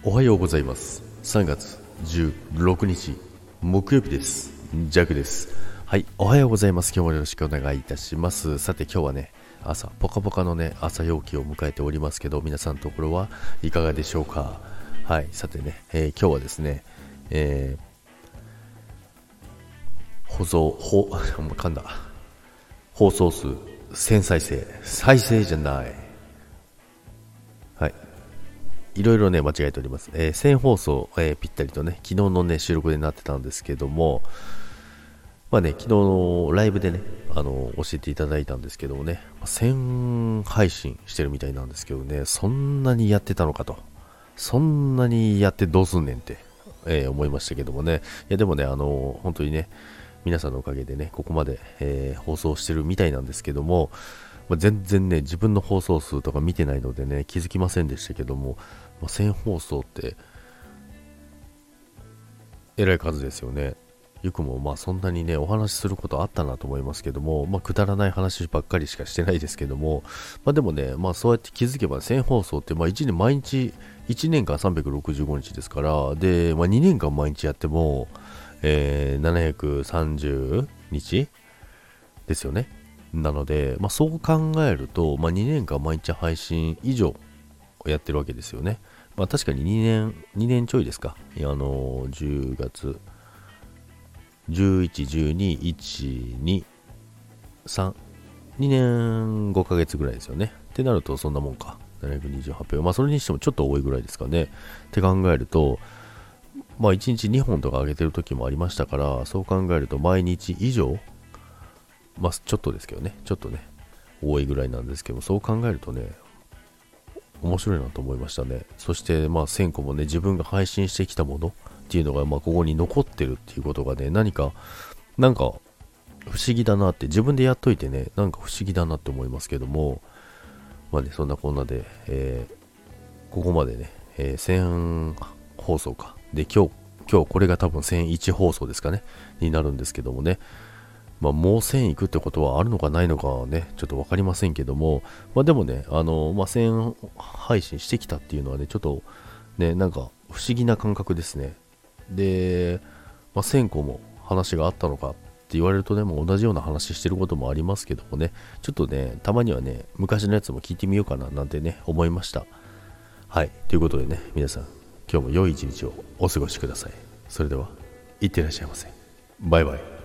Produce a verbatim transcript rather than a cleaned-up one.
おはようございます。さんがつじゅうろくにち木曜日です。ジャクです。はい、おはようございます。今日もよろしくお願いいたします。さて今日はね、朝ポカポカのね朝陽気を迎えておりますけど、皆さんのところはいかがでしょうか。はい、さてね、えー、今日はですね、えー、放送ほもう噛んだ放送数せん再生再生じゃないはいいろいろね間違えております。えー、せん放送、えー、ぴったりとね昨日のね収録でなってたんですけども、まあね昨日のライブでねあの教えていただいたんですけどもね、せん配信してるみたいなんですけどね、そんなにやってたのかと、そんなにやってどうすんねんって、えー、思いましたけどもね。いやでもねあの本当にね皆さんのおかげでねここまで、えー、放送してるみたいなんですけども、まあ、全然ね自分の放送数とか見てないのでね気づきませんでしたけども、まあ、せん放送ってえらい数ですよね。よくもまあそんなにねお話しすることあったなと思いますけども、まあ、くだらない話ばっかりしかしてないですけども、まあ、でもね、まあ、そうやって気づけばせん放送ってまあいちねん毎日いちねんかんさんびゃくろくじゅうごにちですからで、まあ、にねんかん毎日やっても、えー、ななひゃくさんじゅうにちですよね。なので、まあ、そう考えると、まあ、にねんかん毎日配信以上やってるわけですよね。まあ、確かににねん、にねんちょいですか。あのー、じゅうがつ、じゅういち、じゅうに、いち、に、さん、にねんごかげつぐらいですよね。ってなるとそんなもんか。ななひゃくにじゅうはちまあそれにしてもちょっと多いぐらいですかね。って考えると、まあいちにちにほんとか上げてる時もありましたから、そう考えると毎日以上、まあちょっとですけどね、ちょっとね、多いぐらいなんですけど、そう考えるとね、面白いなと思いましたね。そしてまあせんこもね、自分が配信してきたものっていうのがまあここに残ってるっていうことがね、何か、なんか不思議だなって、自分でやっといてね、なんか不思議だなって思いますけども、まあね、そんなこんなで、えー、ここまでね、えー、せん放送か。で、今日、今日これが多分せんいち放送ですかね、になるんですけどもね、まあ、もうせんいくってことはあるのかないのかはね、ちょっと分かりませんけども、まあ、でもね、あの、まあ、せん配信してきたっていうのはね、ちょっとね、なんか不思議な感覚ですね。で、まあ、せんこも話があったのかって言われるとね、もう同じような話してることもありますけどもね、ちょっとね、たまにはね、昔のやつも聞いてみようかななんてね、思いました。はい、ということでね、皆さん、今日も良い一日をお過ごしください。それでは、いってらっしゃいませ。バイバイ。